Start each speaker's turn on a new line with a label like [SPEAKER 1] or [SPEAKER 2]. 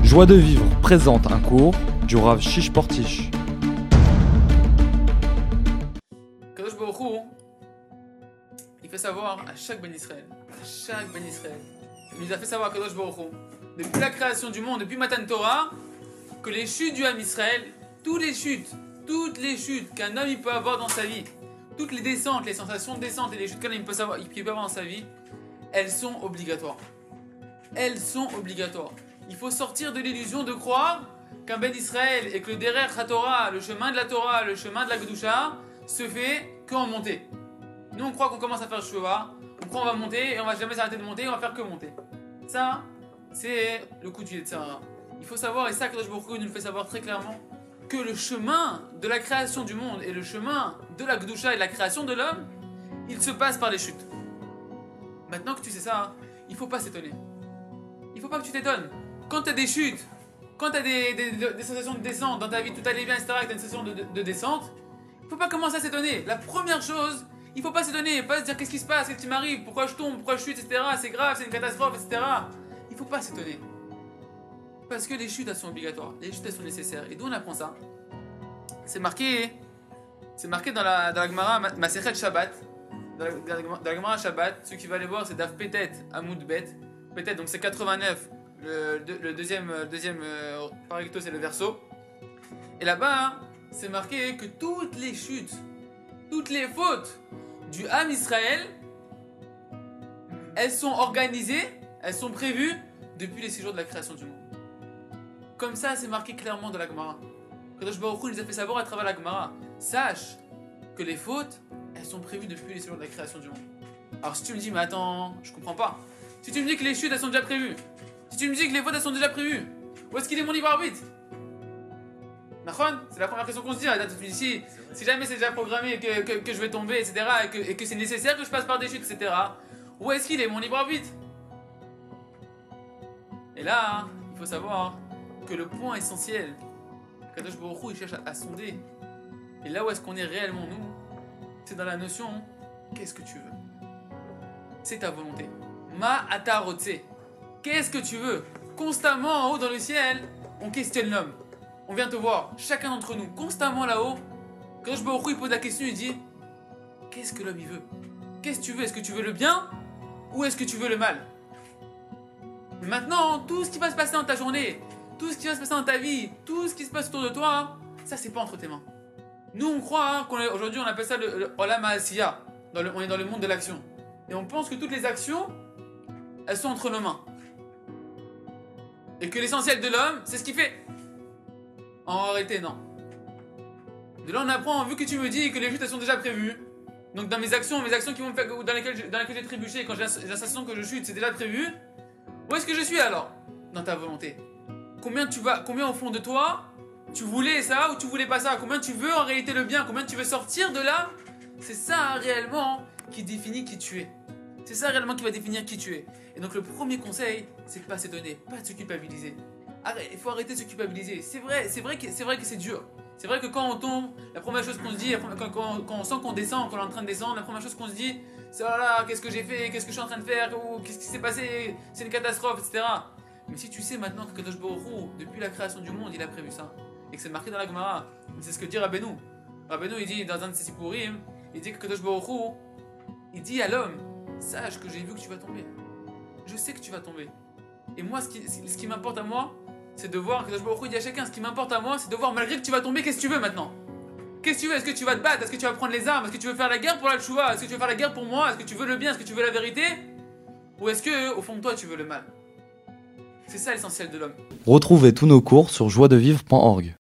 [SPEAKER 1] Joie de vivre présente un cours du Rav Shish Portish.
[SPEAKER 2] Kadosh Baruch Hu, il fait savoir à chaque Ben Israël, il nous a fait savoir Kadosh Baruch Hu, depuis la création du monde, depuis Matan Torah, que les chutes du Ham Israël, toutes les chutes qu'un homme il peut avoir dans sa vie, toutes les descentes, les sensations de descente et les chutes qu'un homme il peut avoir dans sa vie, elles sont obligatoires. Il faut sortir de l'illusion de croire qu'un Ben Israël et que le Derer HaTorah, le chemin de la Torah, le chemin de la Kedusha, se fait qu'en montée. Nous on croit qu'on commence à faire Shuvah, on croit qu'on va monter et on va jamais s'arrêter de monter, on va faire que monter. Ça, c'est le coup du Yetzirah. Il faut savoir, et ça Kadosh Baruch Hu nous le fait savoir très clairement, que le chemin de la création du monde et le chemin de la Kedusha et de la création de l'homme, il se passe par les chutes. Maintenant que tu sais ça, il ne faut pas s'étonner. Il ne faut pas que tu t'étonnes. Quand tu as des chutes, quand tu as des sensations de descente dans ta vie, tout allait bien, etc., et que tu as une sensation de descente, il ne faut pas commencer à s'étonner. La première chose, il ne faut pas s'étonner, pas se dire qu'est-ce qui se passe, qu'est-ce qui m'arrive, pourquoi je tombe, pourquoi je chute, etc., c'est grave, c'est une catastrophe, etc. Il ne faut pas s'étonner. Parce que les chutes, elles sont obligatoires, les chutes, elles sont nécessaires. Et d'où on apprend ça? C'est marqué dans la Gemara Masechet Shabbat, dans la Gemara Shabbat, ceux qui veulent aller voir, c'est Daf Petet Amoud Bet. Petet, donc c'est 89, le deuxième par recto, c'est le verso. Et là-bas, c'est marqué que toutes les chutes, toutes les fautes du Ham Israël, elles sont organisées, elles sont prévues depuis les 6 jours de la création du monde. Comme ça, c'est marqué clairement dans la Gemara. Kadosh Baruch Hu nous a fait savoir à travers la Gemara. Sache que les fautes, elles sont prévues depuis les 6 jours de la création du monde. Alors si tu me dis, mais attends, je comprends pas. Si tu me dis que les chutes, elles sont déjà prévues, si tu me dis que les fautes, elles sont déjà prévues, où est-ce qu'il est mon libre arbitre? Nachon, c'est la première question qu'on se dit. Là, tu me dis, si jamais c'est déjà programmé que je vais tomber, etc., et que c'est nécessaire que je passe par des chutes, etc., où est-ce qu'il est mon libre arbitre? Et là, il faut savoir que le point essentiel, Kadosh Baruch Hu, il cherche à sonder. Et là où est-ce qu'on est réellement nous, c'est dans la notion, qu'est-ce que tu veux? C'est ta volonté. Ma ata rotse. Qu'est-ce que tu veux? Constamment en haut dans le ciel, on questionne l'homme. On vient te voir, chacun d'entre nous, constamment là-haut. Kadosh Baruch Hu, il pose la question, il dit, qu'est-ce que l'homme il veut? Qu'est-ce que tu veux? Est-ce que tu veux le bien ou est-ce que tu veux le mal? Maintenant, tout ce qui va se passer dans ta journée, tout ce qui va se passer dans ta vie, tout ce qui se passe autour de toi, ça c'est pas entre tes mains. Nous on croit qu'aujourd'hui on appelle ça le Olam HaAsiya, on est dans le monde de l'action. Et on pense que toutes les actions, elles sont entre nos mains. Et que l'essentiel de l'homme, c'est ce qu'il fait. En réalité, non. De là on apprend, vu que tu me dis que les chutes elles sont déjà prévues, donc dans mes actions qui vont me faire, dans lesquelles j'ai trébuché, quand j'ai la sensation que je chute, c'est déjà prévu. Où est-ce que je suis alors? Dans ta volonté. Combien au fond de toi, tu voulais ça ou tu voulais pas ça? Combien tu veux en réalité le bien? Combien tu veux sortir de là? C'est ça réellement qui définit qui tu es. C'est ça réellement qui va définir qui tu es. Et donc le premier conseil, c'est de pas s'étonner, pas de se culpabiliser. Il faut arrêter de se culpabiliser. C'est vrai que c'est dur. C'est vrai que quand on tombe, la première chose qu'on se dit, quand on sent qu'on descend, qu'on est en train de descendre, la première chose qu'on se dit, c'est oh là là, qu'est-ce que j'ai fait, qu'est-ce que je suis en train de faire, ou qu'est-ce qui s'est passé, c'est une catastrophe, etc. Mais si tu sais maintenant que Kadosh Baruch Hu, depuis la création du monde, il a prévu ça, et que c'est marqué dans la Gemara, c'est ce que dit Rabbeinu. Rabbeinu, il dit dans un de ses Sipurim, il dit que Kadosh Baruch Hu, il dit à l'homme, sache que j'ai vu que tu vas tomber. Je sais que tu vas tomber. Et moi, ce qui m'importe à moi, c'est de voir, Kadosh Baruch Hu, il dit à chacun, ce qui m'importe à moi, c'est de voir, malgré que tu vas tomber, qu'est-ce que tu veux maintenant? Qu'est-ce que tu veux? Est-ce que tu vas te battre? Est-ce que tu vas prendre les armes? Est-ce que tu veux faire la guerre pour la tchouva? Est-ce que tu veux faire la guerre pour moi? Est-ce que tu veux le bien? Est-ce que tu veux la vérité? Ou est-ce que, au fond de toi, tu veux le mal? C'est ça l'essentiel de l'homme.
[SPEAKER 1] Retrouvez tous nos cours sur joiedevivre.org.